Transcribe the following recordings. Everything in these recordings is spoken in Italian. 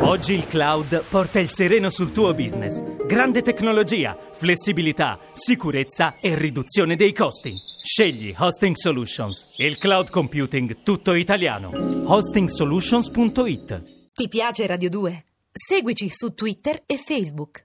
Oggi il cloud porta il sereno sul tuo business. Grande tecnologia, flessibilità, sicurezza e riduzione dei costi. Scegli Hosting Solutions, il cloud computing tutto italiano. Hostingsolutions.it. Ti piace Radio 2? Seguici su Twitter e Facebook.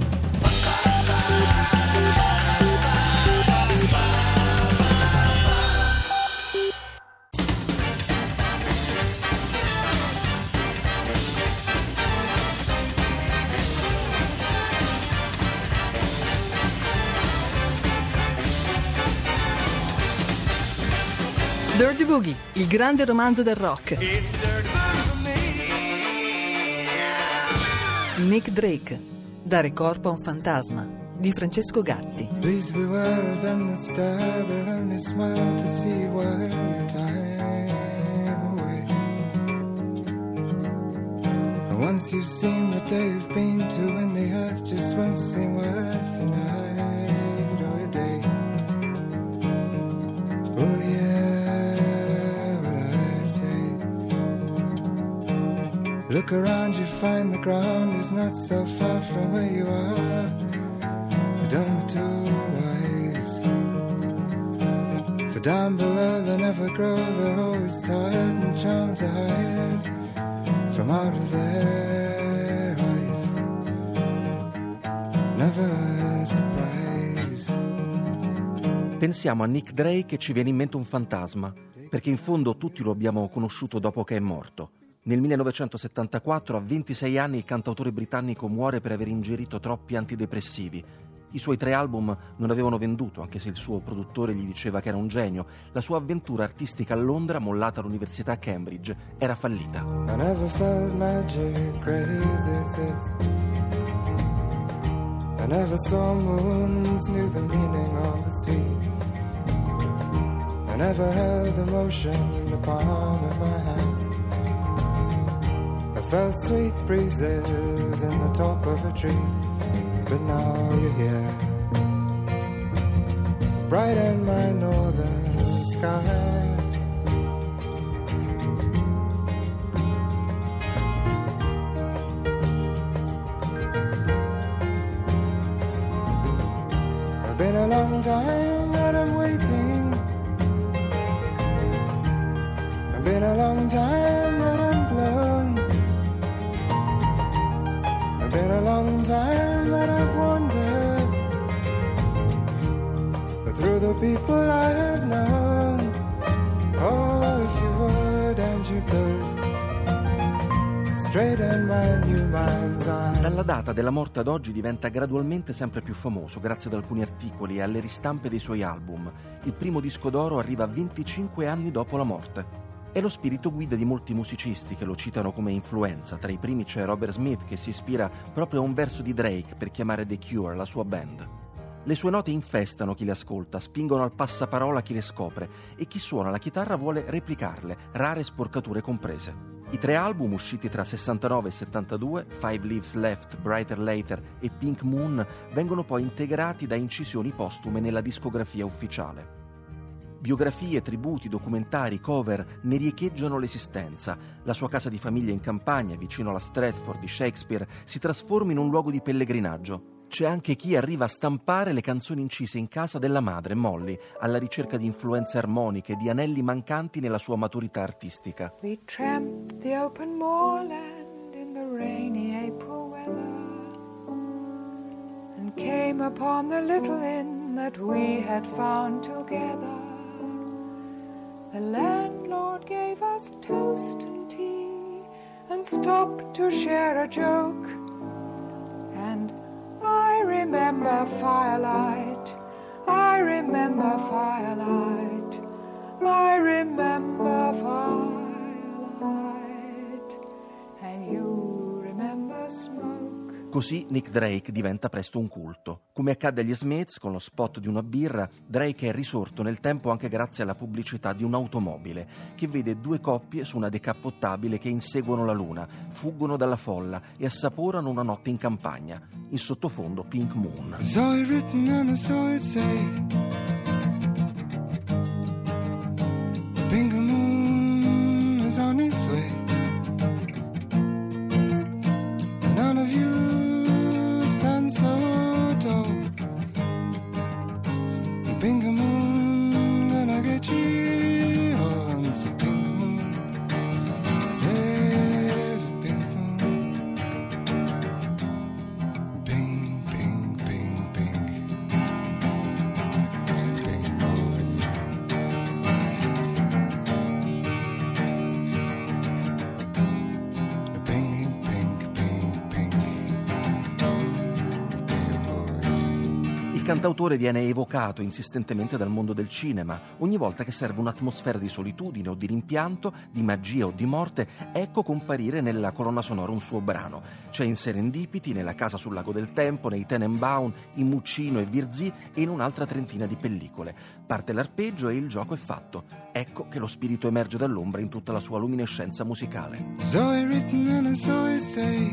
Dirty Boogie, il grande romanzo del rock. Nick Drake, Dare corpo a un fantasma, di Francesco Gatti. Please beware of them that stare, they'll only smile to see while time away. And once you've seen what they've been to, and the earth just won't seem worth a night or a day. Will you hear what I say? Look around, you find the ground is not so far from where you are. Don't be too wise, for down below they never grow, they're always tired, and charms are hired from out of their eyes. Never a surprise. Pensiamo a Nick Drake e ci viene in mente un fantasma, perché in fondo tutti lo abbiamo conosciuto dopo che è morto. Nel 1974, a 26 anni, il cantautore britannico muore per aver ingerito troppi antidepressivi. I suoi 3 album non avevano venduto, anche se il suo produttore gli diceva che era un genio. La sua avventura artistica a Londra, mollata all'università Cambridge, era fallita. I never felt magic crazy as this. I never saw moons, knew the meaning of the sea. I never held emotion in the palm of my hand. I felt sweet breezes in the top of a tree. But now you're here, bright in my northern sky. It's been a long time that I'm waiting. It's been a long time that I'm blown. It's been a long time that I've wandered, but through the people I have known. Oh, if you would and you could straighten my new mind's eye. Dalla data della morte ad oggi diventa gradualmente sempre più famoso grazie ad alcuni articoli e alle ristampe dei suoi album. Il primo disco d'oro arriva 25 anni dopo la morte. È lo spirito guida di molti musicisti che lo citano come influenza. Tra i primi c'è Robert Smith, che si ispira proprio a un verso di Drake per chiamare The Cure, la sua band. Le sue note infestano chi le ascolta, spingono al passaparola chi le scopre, e chi suona la chitarra vuole replicarle, rare sporcature comprese. I 3 album usciti tra 69 e 72, Five Leaves Left, Brighter Later e Pink Moon, vengono poi integrati da incisioni postume nella discografia ufficiale. Biografie, tributi, documentari, cover ne riecheggiano l'esistenza. La sua casa di famiglia in campagna, vicino alla Stratford di Shakespeare, si trasforma in un luogo di pellegrinaggio. C'è anche chi arriva a stampare le canzoni incise in casa della madre, Molly, alla ricerca di influenze armoniche, di anelli mancanti nella sua maturità artistica. We tramped the open moorland in the rainy April weather and came upon the little inn that we had found together. The landlord gave us toast and tea and stopped to share a joke. And I remember firelight, I remember firelight, I remember firelight, and you remember smoke. Così Nick Drake diventa presto un culto. Come accadde agli Smiths con lo spot di una birra, Drake è risorto nel tempo anche grazie alla pubblicità di un'automobile che vede 2 coppie su una decappottabile che inseguono la luna, fuggono dalla folla e assaporano una notte in campagna. In sottofondo Pink Moon. Saw it written and I saw it say, Pink moon is on its way. cantautore viene evocato insistentemente dal mondo del cinema. Ogni volta che serve un'atmosfera di solitudine o di rimpianto, di magia o di morte, ecco comparire nella colonna sonora un suo brano. C'è in Serendipity, nella Casa sul lago del tempo, nei Tenenbaum, in Muccino e Virzì e in un'altra trentina di pellicole. Parte l'arpeggio e il gioco è fatto. Ecco che lo spirito emerge dall'ombra in tutta la sua luminescenza musicale. Zoe written and Zoe say,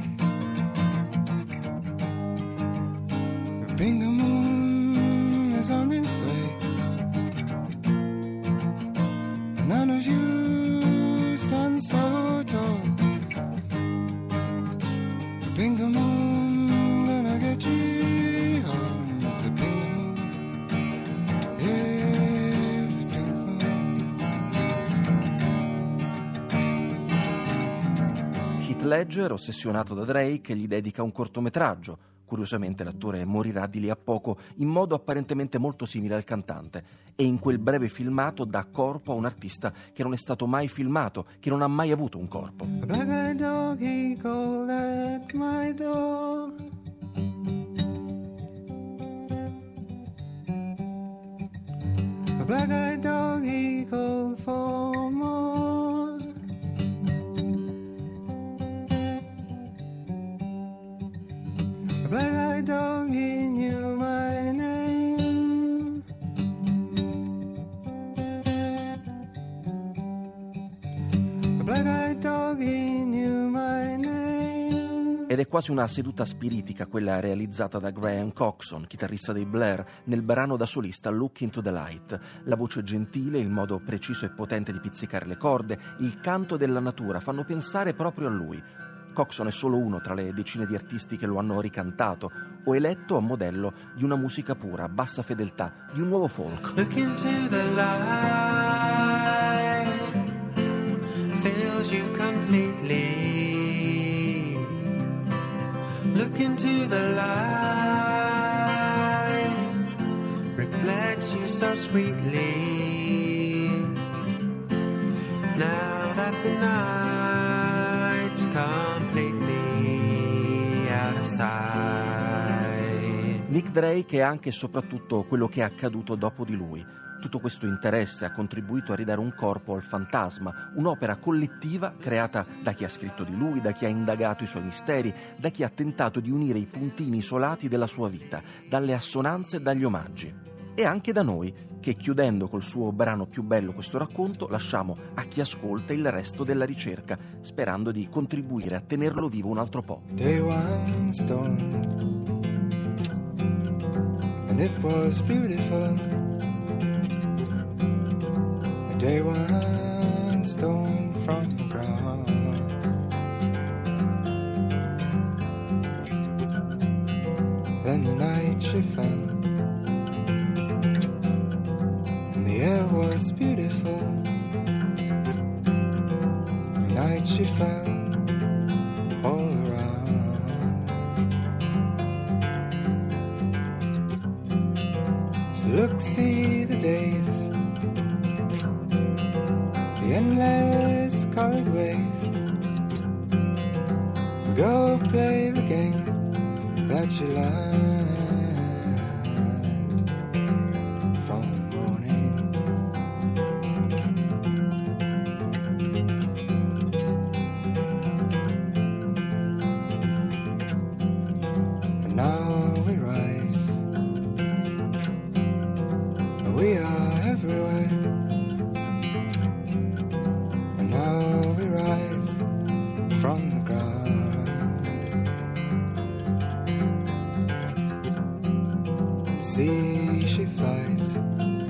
Bingo Moon is on its way. None of you stand so tall. Bingo Moon gonna get you home. It's a bingo moon. Yeah, it's a bingo moon. Heath Ledger, ossessionato da Drake, gli dedica un cortometraggio. Curiosamente l'attore morirà di lì a poco in modo apparentemente molto simile al cantante e in quel breve filmato dà corpo a un artista che non è stato mai filmato, che non ha mai avuto un corpo. A black-eyed dog, he called at my door. A black-eyed dog, he called for more. A black-eyed dog, he knew my name. A black-eyed dog, he knew my name. Ed è quasi una seduta spiritica quella realizzata da Graham Coxon, chitarrista dei Blair, nel brano da solista Look Into the Light. La voce gentile, il modo preciso e potente di pizzicare le corde, il canto della natura fanno pensare proprio a lui. Coxon è solo uno tra le decine di artisti che lo hanno ricantato o eletto a modello di una musica pura, a bassa fedeltà, di un nuovo folk. Look into the light, fills you completely. Look into the light, reflects you so sweetly. Now that the night's completely out of sight. Nick Drake è anche e soprattutto quello che è accaduto dopo di lui. Tutto questo interesse ha contribuito a ridare un corpo al fantasma, un'opera collettiva creata da chi ha scritto di lui, da chi ha indagato i suoi misteri, da chi ha tentato di unire i puntini isolati della sua vita, dalle assonanze e dagli omaggi. E anche da noi, che chiudendo col suo brano più bello questo racconto, lasciamo a chi ascolta il resto della ricerca, sperando di contribuire a tenerlo vivo un altro po'. Day one storm, and it was beautiful. A day one stone from the ground. Then the night she fell, and the air was beautiful. The night she fell all around. So look, see the days, the endless colored ways. Go play the game that you learned from the morning. And now we rise, we are everywhere. And now we rise from the ground. See, she flies,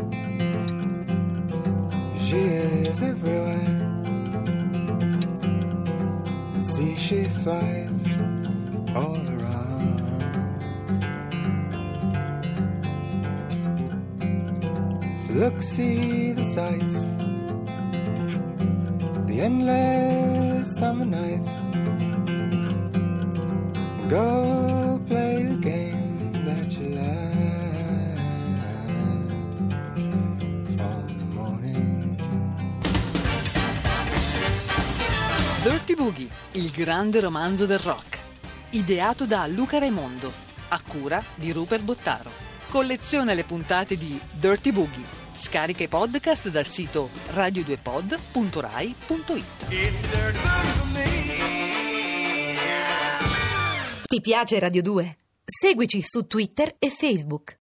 she is everywhere. See, she flies all around. So look, see the sights, the endless summer nights. Go play the game that you learned from the morning. Dirty Boogie, il grande romanzo del rock. Ideato da Luca Raimondo, a cura di Rupert Bottaro. Colleziona le puntate di Dirty Boogie. Scarica i podcast dal sito radio2pod.rai.it. Ti piace Radio 2? Seguici su Twitter e Facebook.